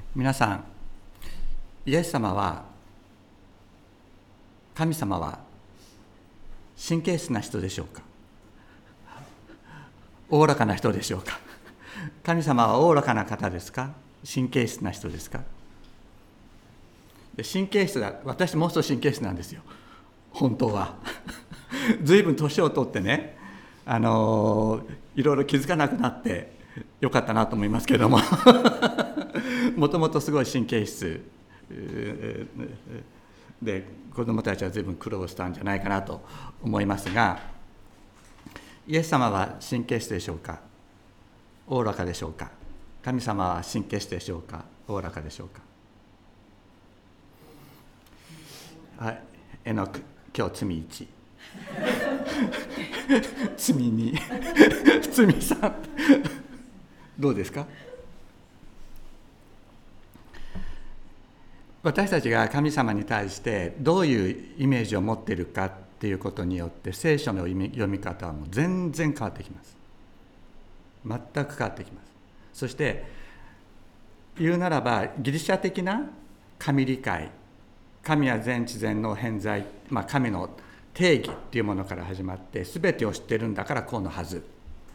皆さん、イエス様は、神様は神経質な人でしょうか？おおらかな人でしょうか？神様はおおらかな方ですか？神経質な人ですか？神経質だ。私もう少し神経質なんですよ、本当は。随分年を取ってね、いろいろ気づかなくなってよかったなと思いますけれども、もともとすごい神経質で、子どもたちは随分苦労したんじゃないかなと思いますが、イエス様は神経質でしょうか？おおらかでしょうか？神様は神経質でしょうか？おおらかでしょうか？はい、エノク、今日罪1、罪2、罪3、どうですか？私たちが神様に対してどういうイメージを持っているかっていうことによって、聖書の読み方はもう全然変わってきます。全く変わってきます。そして言うならば、ギリシャ的な神理解、神は全知全能偏在、神の定義っていうものから始まって、全てを知ってるんだからこうのはず、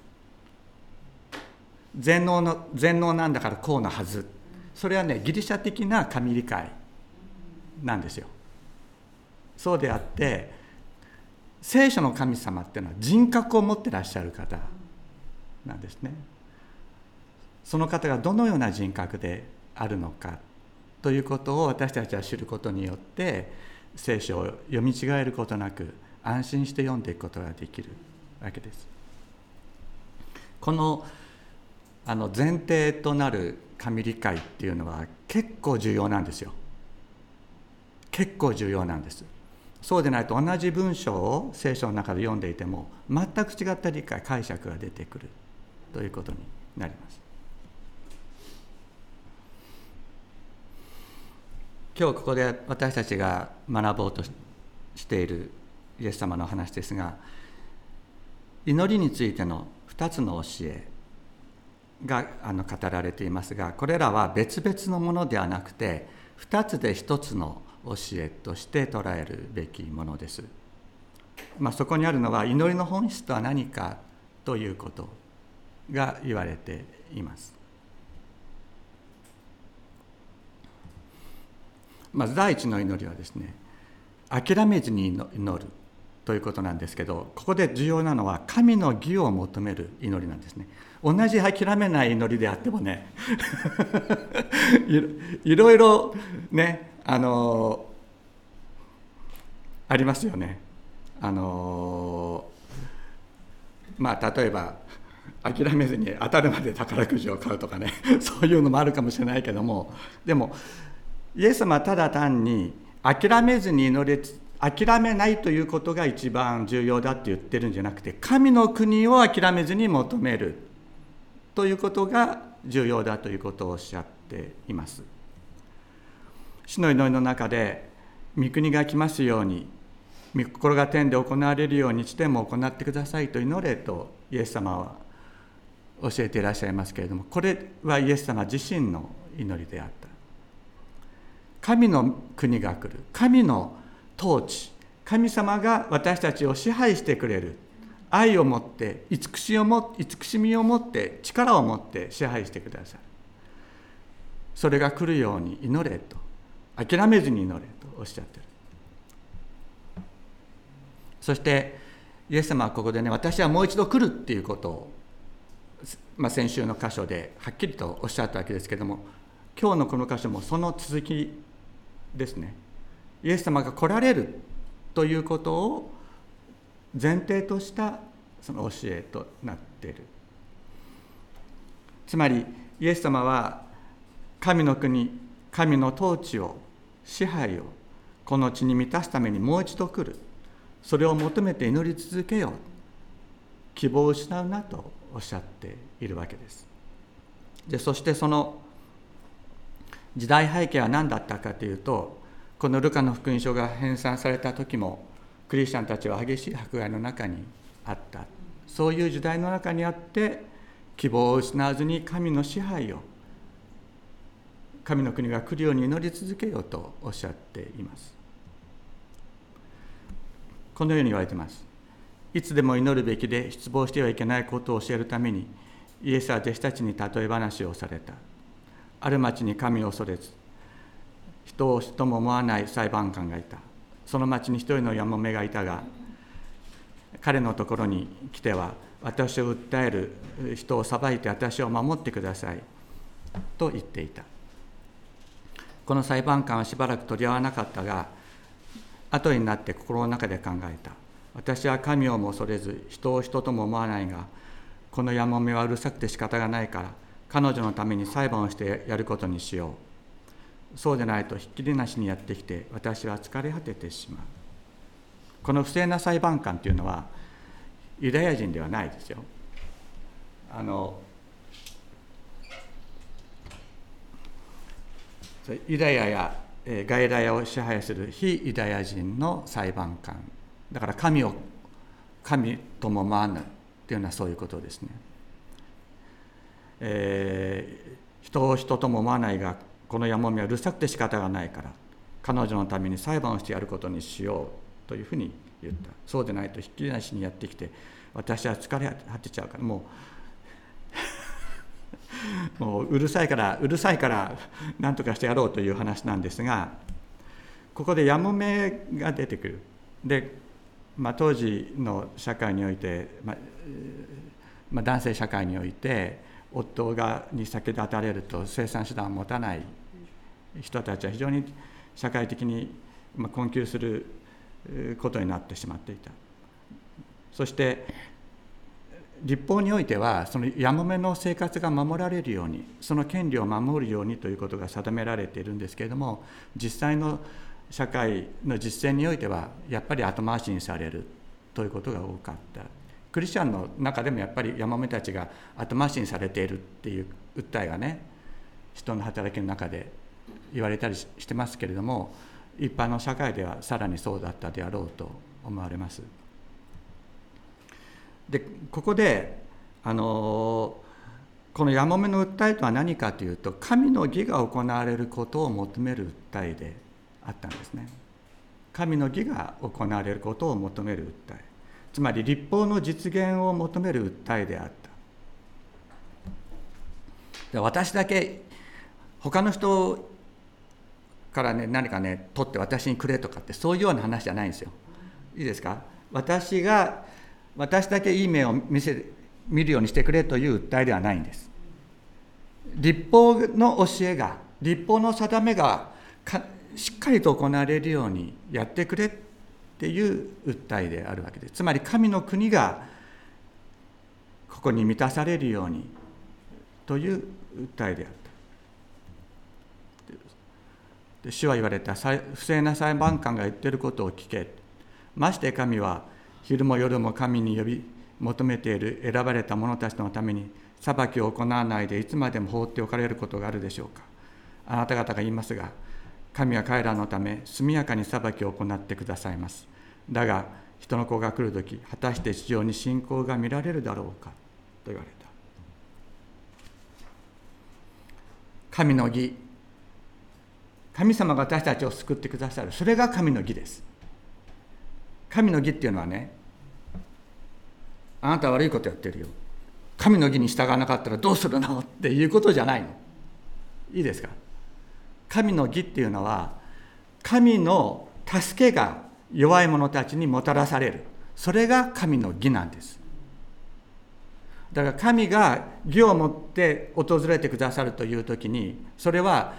全能なんだからこうのはず、それはね、ギリシャ的な神理解なんですよ。そうであって、聖書の神様っていうのは人格を持ってらっしゃる方なんですね。その方がどのような人格であるのかということを私たちは知ることによって、聖書を読み違えることなく安心して読んでいくことができるわけです。この前提となる神理解っていうのは結構重要なんですよ。結構重要なんです。そうでないと同じ文章を聖書の中で読んでいても全く違った理解、解釈が出てくるということになります。今日ここで私たちが学ぼうとしているイエス様の話ですが、祈りについての2つの教えが語られていますが、これらは別々のものではなくて2つで1つの教えとして捉えるべきものです。そこにあるのは、祈りの本質とは何かということが言われています。まず第一の祈りはですね、諦めずに祈るということなんですけど、ここで重要なのは神の義を求める祈りなんですね。同じ諦めない祈りであってもねいろいろね、ありますよね。例えば諦めずに当たるまで宝くじを買うとかねそういうのもあるかもしれないけども、でもイエス様はただ単に諦めずに祈れ、諦めないということが一番重要だって言ってるんじゃなくて、神の国を諦めずに求めるということが重要だということをおっしゃっています。主の祈りの中で、御国が来ますように、御心が天で行われるように地でも行ってくださいと祈れとイエス様は教えていらっしゃいますけれども、これはイエス様自身の祈りであった。神の国が来る、神の統治、神様が私たちを支配してくれる、愛を持って、慈しみを持って、力を持って支配してください。それが来るように祈れと、諦めずに祈れとおっしゃっている。そしてイエス様はここでね、私はもう一度来るっていうことを、先週の箇所ではっきりとおっしゃったわけですけれども、今日のこの箇所もその続きですね。イエス様が来られるということを前提としたその教えとなっている。つまりイエス様は神の国、神の統治を、支配をこの地に満たすためにもう一度来る。それを求めて祈り続けよう。希望を失うなとおっしゃっているわけです。そしてその時代背景は何だったかというと、このルカの福音書が編纂された時もクリスチャンたちは激しい迫害の中にあった。そういう時代の中にあって、希望を失わずに神の支配を神の国が来るように祈り続けようとおっしゃっています。このように言われています。いつでも祈るべきで失望してはいけないことを教えるために、イエスは弟子たちに例え話をされた。ある町に神を恐れず、人を人とも思わない裁判官がいた。その町に一人のやもめがいたが、彼のところに来ては、私を訴える人を裁いて私を守ってくださいと言っていた。この裁判官はしばらく取り合わなかったが、後になって心の中で考えた。私は神をも恐れず、人を人とも思わないが、このやもめはうるさくて仕方がないから、彼女のために裁判をしてやることにしよう。そうでないとひっきりなしにやってきて、私は疲れ果ててしまう。この不正な裁判官というのは、ユダヤ人ではないですよ。ユダヤや外来を支配する非ユダヤ人の裁判官だから、神を神とも思わぬというのはそういうことですね。人を人とも思わないが、このやもめはうるさくて仕方がないから、彼女のために裁判をしてやることにしようというふうに言った。そうでないとひっきりなしにやってきて、私は疲れ果てちゃうから、もううるさいから何とかしてやろうという話なんですが、ここでやもめが出てくる。で、当時の社会において、男性社会において夫に先立たれると生産手段を持たない人たちは非常に社会的に困窮することになってしまっていた。そして律法においては、そのやもめの生活が守られるように、その権利を守るようにということが定められているんですけれども、実際の社会の実践においてはやっぱり後回しにされるということが多かった。クリスチャンの中でもやっぱりやもめたちが後回しにされているっていう訴えがね、人の働きの中で言われたりしてますけれども、一般の社会ではさらにそうだったであろうと思われます。で、ここでこのやもめの訴えとは何かというと、神の義が行われることを求める訴えであったんですね。神の義が行われることを求める訴え、つまり律法の実現を求める訴えであった。で、私だけ他の人からね、何かね取って私にくれとかって、そういうような話じゃないんですよ。いいですか。私だけいい目を見るようにしてくれという訴えではないんです。律法の教えが、律法の定めがしっかりと行われるようにやってくれっていう訴えであるわけです。つまり神の国がここに満たされるようにという訴えであった。主は言われた。不正な裁判官が言っていることを聞け。まして神は昼も夜も神に呼び求めている選ばれた者たちのために裁きを行わないでいつまでも放っておかれることがあるでしょうか。あなた方が言いますが、神は彼らのため速やかに裁きを行ってくださいます。だが人の子が来るとき、果たして地上に信仰が見られるだろうかと言われた。神の義、神様が私たちを救ってくださる、それが神の義です。神の義っていうのはね、あなたは悪いことやってるよ、神の義に従わなかったらどうするのっていうことじゃないの。いいですか。神の義っていうのは、神の助けが弱い者たちにもたらされる、それが神の義なんです。だから神が義を持って訪れてくださるというときに、それは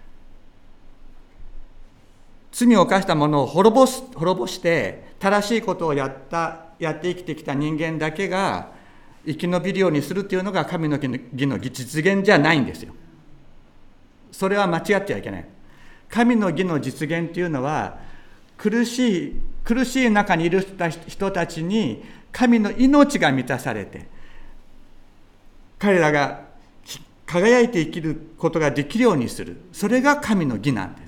罪を犯した者を滅ぼして正しいことをやって生きてきた人間だけが生き延びるようにするというのが神の義の実現じゃないんですよ。それは間違っちゃいけない。神の義の実現というのは、苦しい中にいる人たちに神の命が満たされて、彼らが輝いて生きることができるようにする、それが神の義なんです。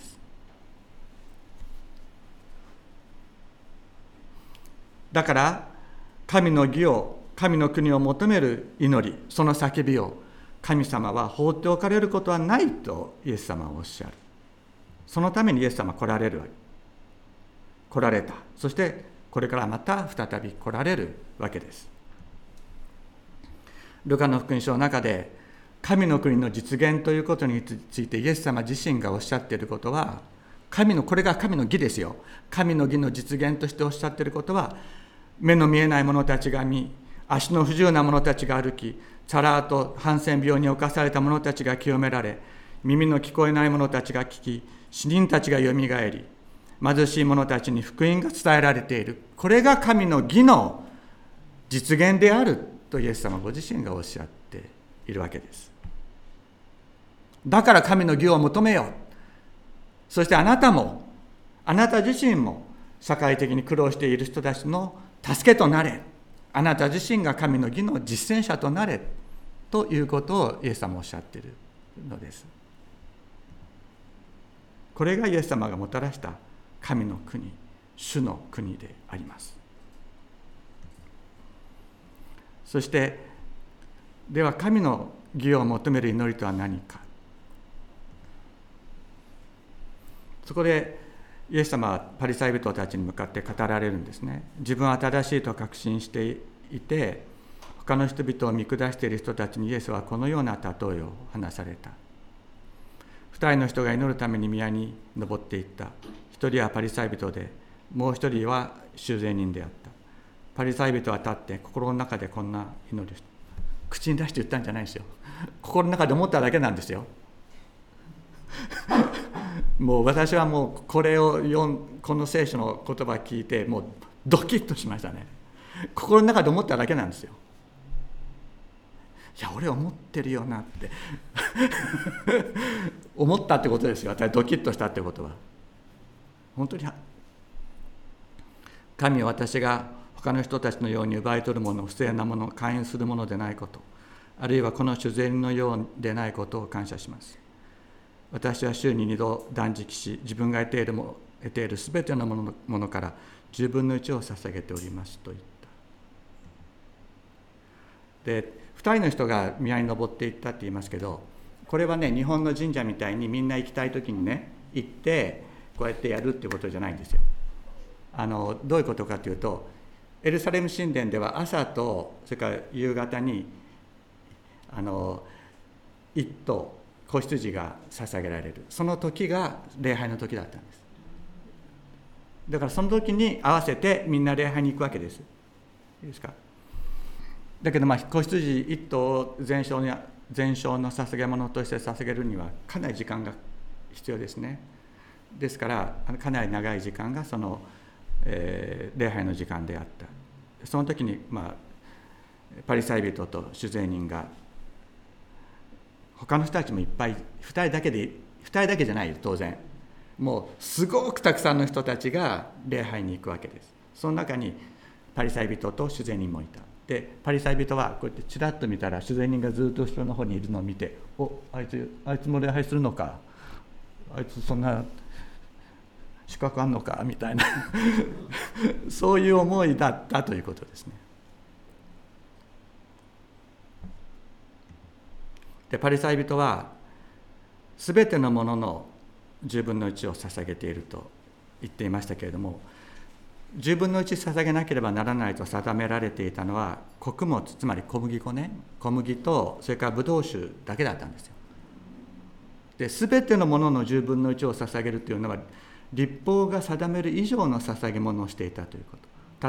だから神の義を、神の国を求める祈り、その叫びを神様は放っておかれることはないとイエス様はおっしゃる。そのためにイエス様は来られた。そしてこれからまた再び来られるわけです。ルカの福音書の中で神の国の実現ということについてイエス様自身がおっしゃっていることは、これが神の義ですよ。神の義の実現としておっしゃっていることは、目の見えない者たちが見、足の不自由な者たちが歩き、チャラーとハンセン病に侵された者たちが清められ、耳の聞こえない者たちが聞き、死人たちがよみがえり、貧しい者たちに福音が伝えられている。これが神の義の実現であるとイエス様ご自身がおっしゃっているわけです。だから神の義を求めよう。そしてあなた自身も社会的に苦労している人たちの助けとなれ。あなた自身が神の義の実践者となれということをイエス様はおっしゃっているのです。これがイエス様がもたらした神の国、主の国であります。そしてでは神の義を求める祈りとは何か。そこでイエス様はパリサイ人たちに向かって語られるんですね。自分は正しいと確信していて、他の人々を見下している人たちにイエスはこのような例えを話された。二人の人が祈るために宮に登っていった。一人はパリサイ人で、もう一人は修税人であった。パリサイ人は立って心の中でこんな祈りをした。口に出して言ったんじゃないですよ。心の中で思っただけなんですよ。もう私はもうこの聖書の言葉を聞いてもうドキッとしましたね。心の中で思っただけなんですよ。いや俺思ってるよなって思ったってことですよ。私ドキッとしたってことは本当に神は私が他の人たちのように奪い取るもの、不正なもの、勧誘するものでないこと、あるいはこの主税のようでないことを感謝します。私は週に2度断食し、自分が得ているすべてのものから10分の1を捧げておりますと言った。で、2人の人が宮に登っていったって言いますけど、これはね、日本の神社みたいにみんな行きたい時にね、行ってこうやってやるっていうことじゃないんですよ。どういうことかというと、エルサレム神殿では朝とそれから夕方に一頭子羊が捧げられる、その時が礼拝の時だったんです。だからその時に合わせてみんな礼拝に行くわけです。いいですか。だけど子羊一頭を全焼の捧げ物として捧げるにはかなり時間が必要ですね。ですからかなり長い時間がその、礼拝の時間であった。その時に、パリサイ人と主税人が、他の人たちもいっぱい、2人だけじゃないよ当然。もうすごくたくさんの人たちが礼拝に行くわけです。その中にパリサイ人と主税人もいた。でパリサイ人はこうやってちらっと見たら主税人がずっと後ろの方にいるのを見て、あいつも礼拝するのか、あいつそんな資格あんのかみたいなそういう思いだったということですね。でパリサイ人はすべてのものの10分の1を捧げていると言っていましたけれども、10分の1捧げなければならないと定められていたのは穀物、つまり小麦粉ね、小麦とそれからブドウ酒だけだったんですよ。で、すべてのものの10分の1を捧げるというのは律法が定める以上の捧げ物をしていたということ。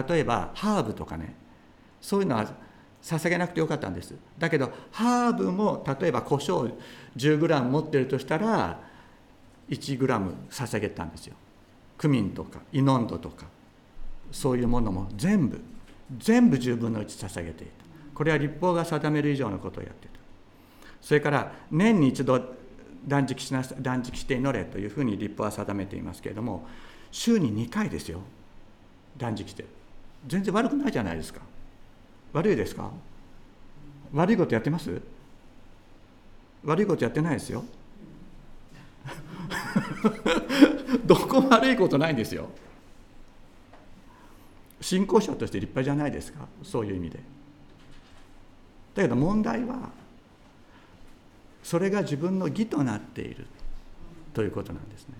例えばハーブとかね、そういうのは捧げなくてよかったんです。だけどハーブも例えば胡椒 10g 持っているとしたら 1g 捧げたんですよ。クミンとかイノンドとかそういうものも全部10分の1捧げていた。これは律法が定める以上のことをやっていた。それから年に一度断食して祈れというふうに律法は定めていますけれども、週に2回ですよ、断食して。全然悪くないじゃないですか。悪いですか？悪いことやってます？悪いことやってないですよどこも悪いことないんですよ。信仰者として立派じゃないですか、そういう意味で。だけど問題はそれが自分の義となっているということなんですね。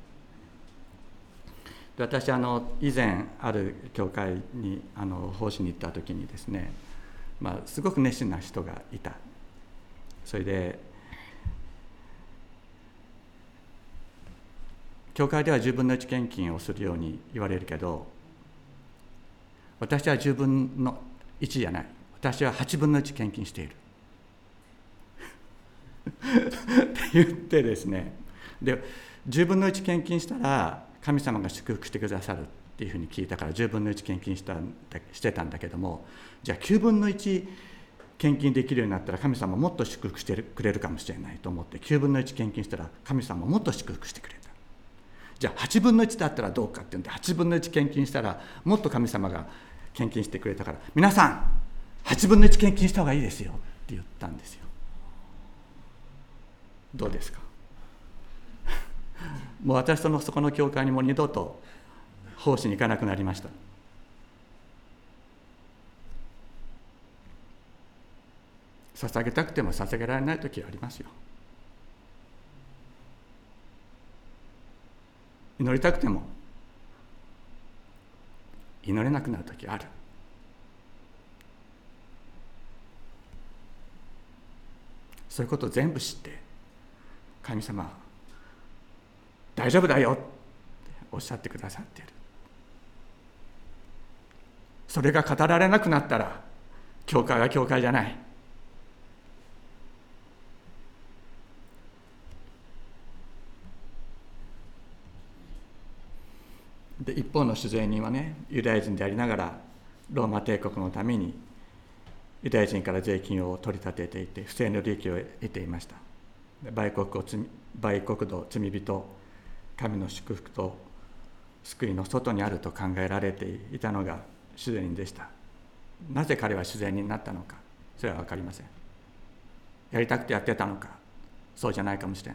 で、私以前ある教会に奉仕に行った時にですね、すごく熱心な人がいた。それで教会では10分の1献金をするように言われるけど、私は10分の1じゃない、私は8分の1献金しているって言ってですね、で10分の1献金したら神様が祝福してくださるっていうふうに聞いたから10分の1献金してたんだけども、じゃあ9分の1献金できるようになったら神様もっと祝福してくれるかもしれないと思って9分の1献金したら神様もっと祝福してくれた。じゃあ8分の1だったらどうかっていうんで8分の1献金したらもっと神様が献金してくれたから、皆さん8分の1献金した方がいいですよって言ったんですよ。どうですか？もう私とそこの教会にもう二度と奉仕に行かなくなりました。捧げたくても捧げられない時はありますよ。祈りたくても祈れなくなる時ある。そういうことを全部知って神様大丈夫だよっておっしゃってくださっている。それが語られなくなったら教会は教会じゃない。で一方の主税人はね、ユダヤ人でありながらローマ帝国のためにユダヤ人から税金を取り立てていて不正の利益を得ていました。売国奴、罪人、神の祝福と救いの外にあると考えられていたのが主税人でした。なぜ彼は主税人になったのか、それは分かりません。やりたくてやってたのか、そうじゃないかもしれない。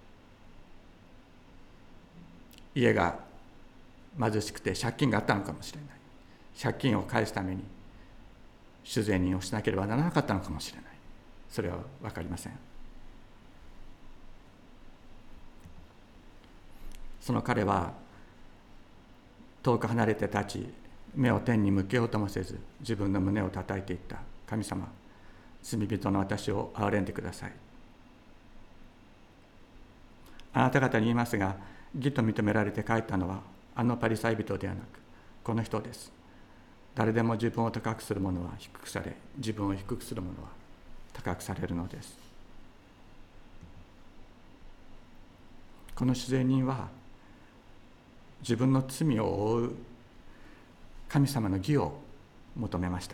家が貧しくて借金があったのかもしれない。借金を返すために主税人をしなければならなかったのかもしれない。それは分かりません。その彼は遠く離れて立ち、目を天に向けようともせず自分の胸を叩いていった。神様、罪人の私を憐れんでください。あなた方に言いますが、義と認められて帰ったのはあのパリサイ人ではなくこの人です。誰でも自分を高くする者は低くされ、自分を低くする者は高くされるのです。この主税人は自分の罪を負う神様の義を求めました。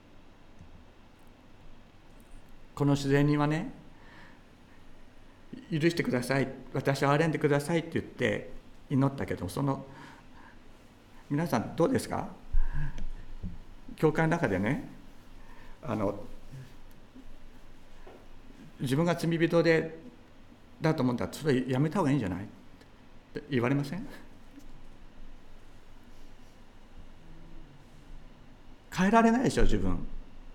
この主税人はね、許してください、私を憐れんでくださいって言って祈ったけど、皆さんどうですか？教会の中でね、自分が罪人だと思ったらそれやめた方がいいんじゃないって言われません？変えられないでしょ、自分。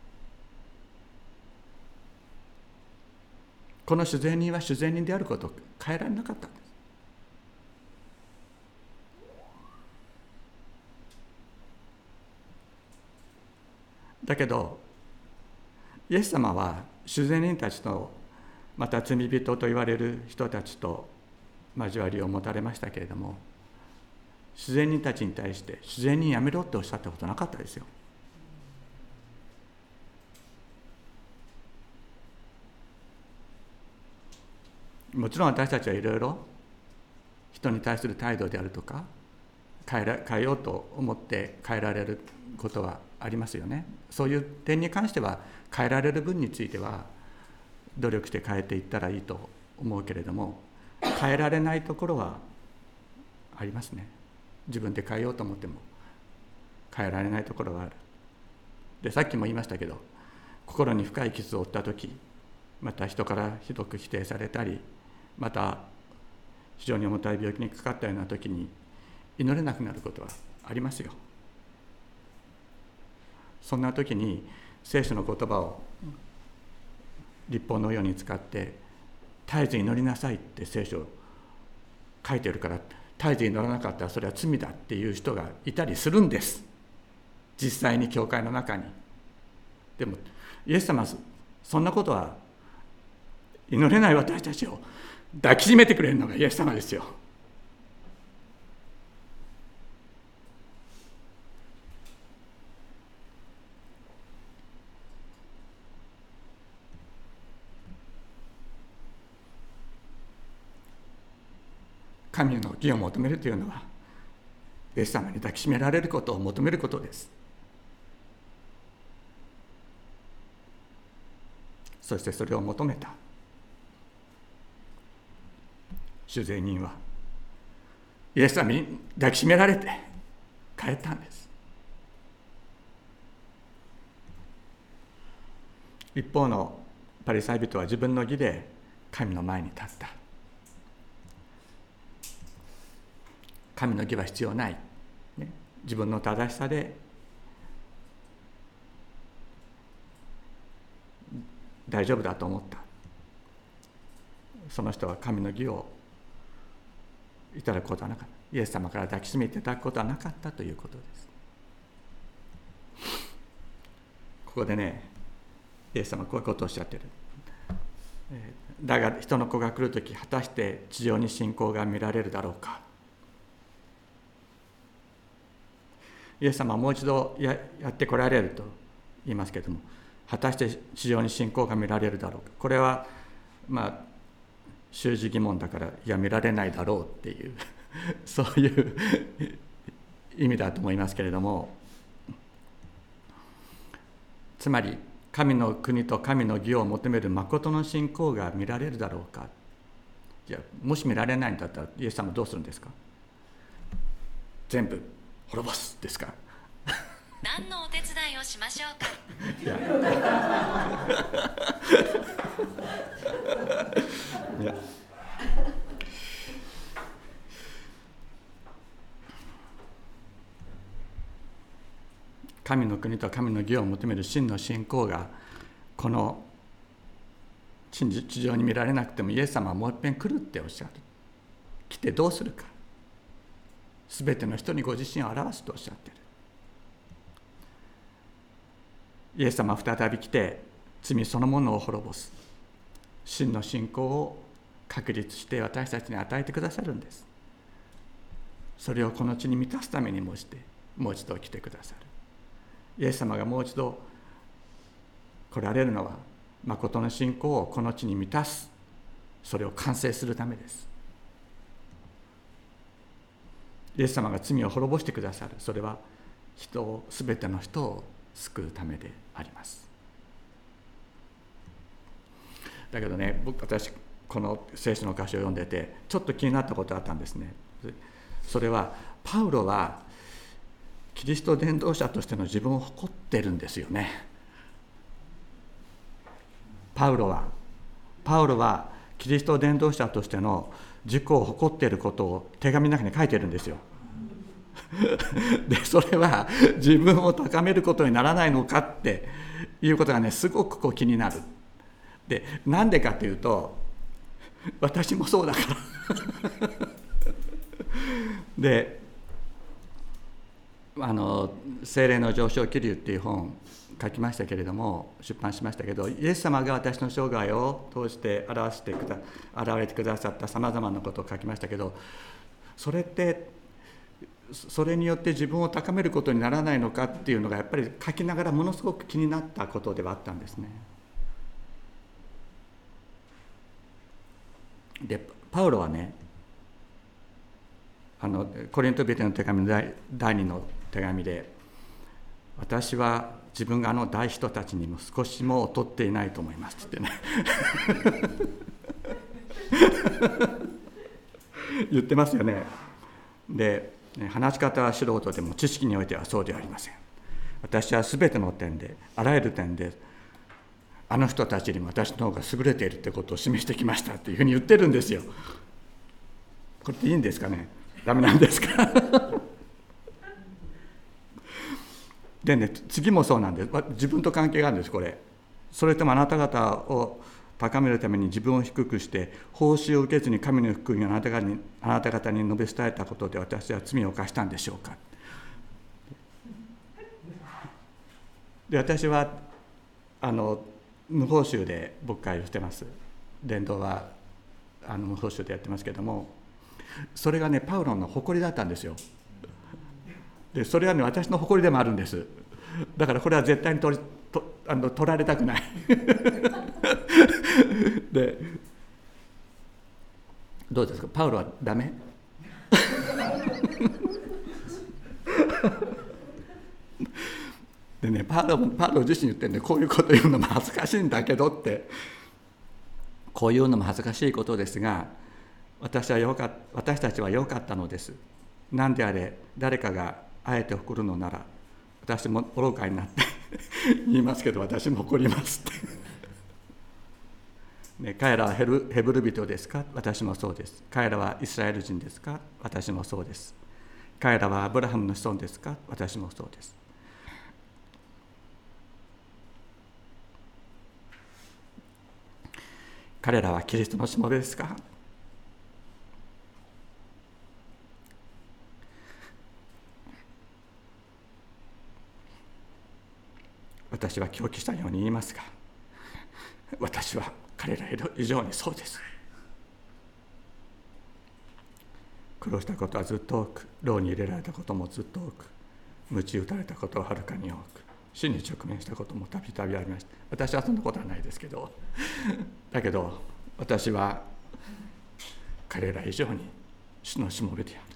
この主税人は主税人であることを変えられなかったんです。だけどイエス様は主税人たちと、また罪人と言われる人たちと交わりを持たれましたけれども、主税人たちに対して主税人やめろっておっしゃったことなかったですよ。もちろん私たちはいろいろ人に対する態度であるとか変えようと思って変えられることはありますよね。そういう点に関しては変えられる分については努力して変えていったらいいと思うけれども、変えられないところはありますね。自分で変えようと思っても変えられないところはある。で、さっきも言いましたけど、心に深い傷を負った時、また人からひどく否定されたり、また非常に重たい病気にかかったような時に祈れなくなることはありますよ。そんな時に聖書の言葉を律法のように使って絶えず祈りなさいって聖書書いてるから、絶えず祈らなかったらそれは罪だっていう人がいたりするんです、実際に教会の中に。でもイエス様はそんなことは、祈れない私たちを抱きしめてくれるのがイエス様ですよ。神の義を求めるというのは、イエス様に抱きしめられることを求めることです。そしてそれを求めた主税人は、イエス様に抱きしめられて帰ったんです。一方のパリサイ人は自分の義で神の前に立った。神の義は必要ない、ね、自分の正しさで大丈夫だと思った。その人は神の義をいただくことはなかった。イエス様から抱きしめていただくことはなかったということです。ここでね、イエス様はこういうことをおっしゃっている。だが人の子が来るとき、果たして地上に信仰が見られるだろうか。イエス様はもう一度 やってこられると言いますけれども、果たして地上に信仰が見られるだろうか。これは習字疑問だから、いや見られないだろうっていうそういう意味だと思いますけれども、つまり神の国と神の義を求める誠の信仰が見られるだろうか。じゃあもし見られないんだったらイエス様はどうするんですか。全部滅ぼすですか。 何のお手伝いをしましょうか。 いや神の国と神の義を求める真の信仰がこの地上に見られなくても、イエス様はもう一遍来るっておっしゃる。来てどうするか。すべての人にご自身を表すとおっしゃっている。イエス様は再び来て罪そのものを滅ぼす真の信仰を確立して私たちに与えてくださるんです。それをこの地に満たすためにもう一度来てくださる。イエス様がもう一度来られるのは、誠の信仰をこの地に満たす、それを完成するためです。イエス様が罪を滅ぼしてくださる、それはすべての人を救うためであります。だけどね、私この聖書の箇所を読んでてちょっと気になったことがあったんですね。それはパウロはキリスト伝道者としての自分を誇ってるんですよね。パウロはキリスト伝道者としての自己を誇っていることを手紙の中に書いてるんですよ。でそれは自分を高めることにならないのかっていうことがね、すごく気になる。でなんでかというと、私もそうだからで聖霊の上昇気流っていう本書きましたけれども、出版しましたけど、イエス様が私の生涯を通して現れてくださったさまざまなことを書きましたけど、それによって自分を高めることにならないのかっていうのが、やっぱり書きながらものすごく気になったことではあったんですね。でパウロはね、コリント人への手紙の第2の手紙で、私は自分が大人たちにも少しも劣っていないと思いますって言ってね言ってますよね。で話し方は素人でも知識においてはそうではありません。私はすべての点で、あらゆる点であの人たちよりも私の方が優れているということを示してきましたっていうふうに言ってるんですよ。これっていいんですかね。ダメなんですかでね、次もそうなんです。自分と関係があるんです。これそれともあなた方を高めるために自分を低くして報酬を受けずに神の福音をあなた方に述べ伝えたことで私は罪を犯したんでしょうか。で、私は無報酬で牧会をしてます。伝道は無報酬でやってますけども、それがねパウロの誇りだったんですよ。でそれはね私の誇りでもあるんです。だからこれは絶対に取られたくないで、どうですか、パウロはダメでね、パウロ自身言ってるんで、こういうこと言うのも恥ずかしいんだけどって、こういうのも恥ずかしいことですが、私たちは良かったのです。何であれ誰かがあえて誇るのなら、私も愚かになって言いますけど、私も誇りますってね、彼らはヘブル人ですか？私もそうです。彼らはイスラエル人ですか？私もそうです。彼らはアブラハムの子孫ですか？私もそうです。彼らはキリストのしもべですか？私は狂気したように言いますが、私は彼ら以上にそうです。苦労したことはずっと多く、牢に入れられたこともずっと多く、鞭打たれたことははるかに多く、死に直面したこともたびたびありました。私はそんなことはないですけど、だけど私は彼ら以上に主のしもべである。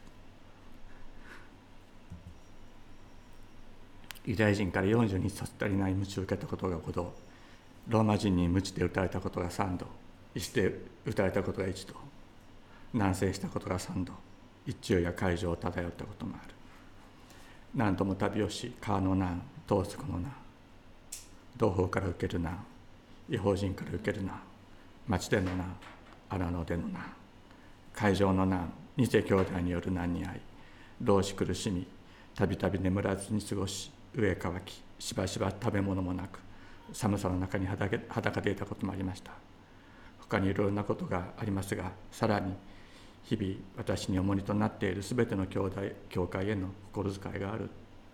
ユダヤ人から40日足りない鞭を受けたことが5度、ローマ人に鞭で打たれたことが3度、石で打たれたことが1度、難征したことが3度、一昼や海上を漂ったこともある。何度も旅をし、川の難、盗賊の難、同胞から受ける難、異邦人から受ける難、町での難、荒野での難、海上の難、偽兄弟による難に遭い、労し苦しみ、たびたび眠らずに過ごし、飢え渇き、しばしば食べ物もなく、寒さの中に裸でいたこともありました。他にいろいろなことがありますが、さらに日々私に重荷となっているすべての教会への心遣いがある。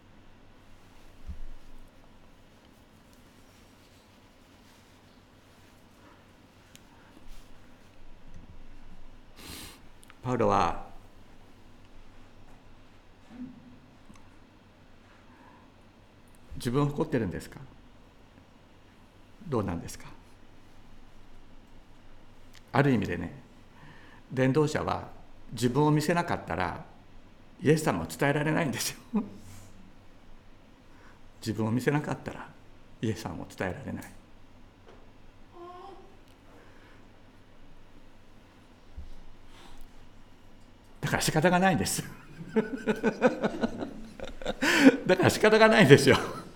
パウロは自分を誇ってるんですか？どうなんですか？ある意味でね、伝道者は自分を見せなかったらイエス様を伝えられないんですよ自分を見せなかったらイエス様を伝えられない。だから仕方がないんですだから仕方がないんですよ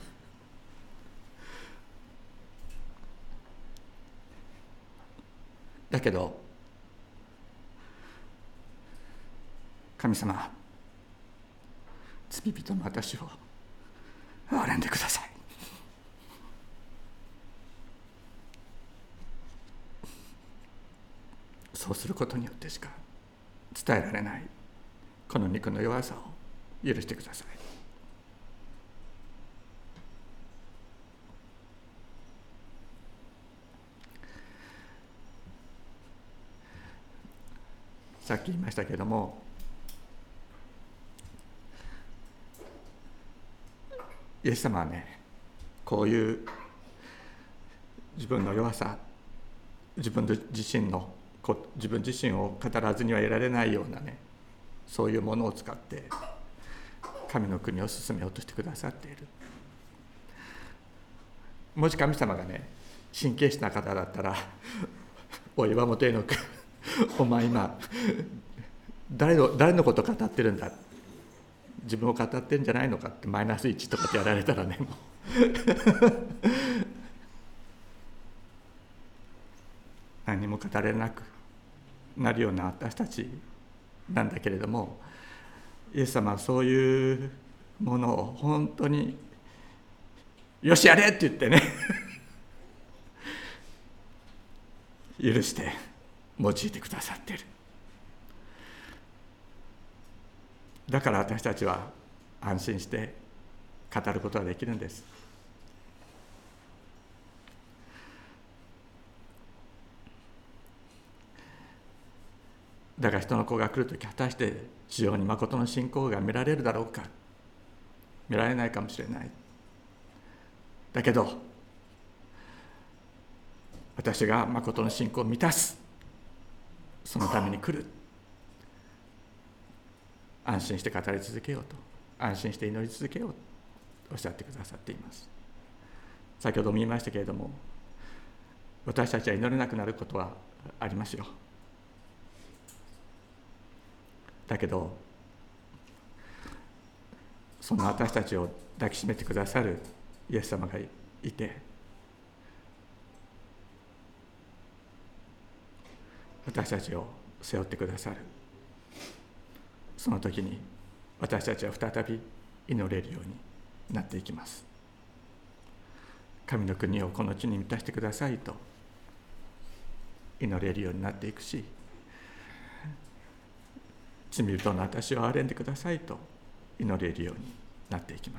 だけど神様、罪人の私を憐れんでください。そうすることによってしか伝えられないこの肉の弱さを許してください。さっき言いましたけれども、イエス様はね、こういう自分の弱さ、自分自身を語らずにはいられないようなね、そういうものを使って神の国を進めようとしてくださっている。もし神様がね、神経質な方だったらおい岩本絵の句お前今誰のこと語ってるんだ、自分を語ってるんじゃないのかってマイナス1とかってやられたらね、もう何も語れなくなるような私たちなんだけれども、イエス様はそういうものを本当によしやれって言ってね許して用いてくださっている。だから私たちは安心して語ることができるんです。だから人の子が来るとき、果たして地上に誠の信仰が見られるだろうか。見られないかもしれない。だけど私が誠の信仰を満たす、そのために来る。安心して語り続けようと、安心して祈り続けようとおっしゃってくださっています。先ほども言いましたけれども、私たちは祈れなくなることはありますよ。だけどそんな私たちを抱きしめてくださるイエス様がいて、私たちを背負ってくださる。その時に私たちは再び祈れるようになっていきます。神の国をこの地に満たしてくださいと祈れるようになっていくし、罪人の私を憐れんでくださいと祈れるようになっていきます。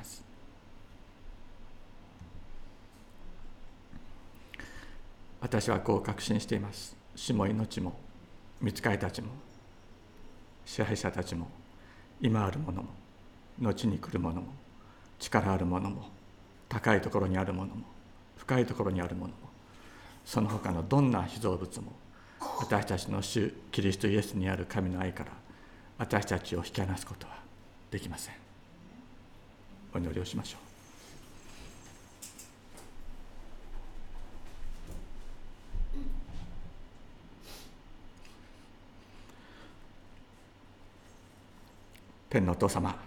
私はこう確信しています。死も命も御使いたちも支配者たちも今あるものも後に来るものも力あるものも高いところにあるものも深いところにあるものもその他のどんな被造物も私たちの主キリストイエスにある神の愛から私たちを引き離すことはできません。お祈りをしましょう。天のお父様、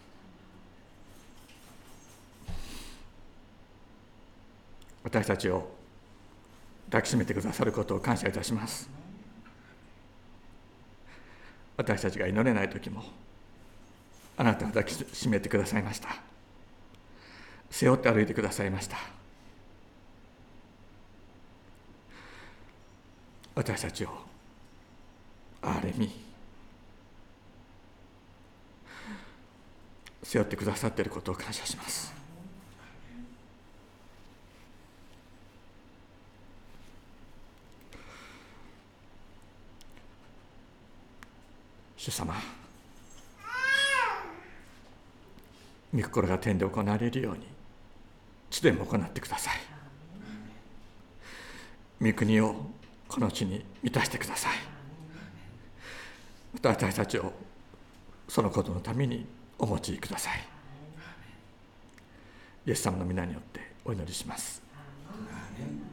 私たちを抱きしめてくださることを感謝いたします。私たちが祈れない時もあなたが抱きしめてくださいました。背負って歩いてくださいました。私たちを憐れみ背負ってくださっていることを感謝します。主様、御心が天で行われるように地でも行ってください。御国をこの地に満たしてください。また私たちをそのことのためにお持ちください。イエス様の皆によってお祈りします。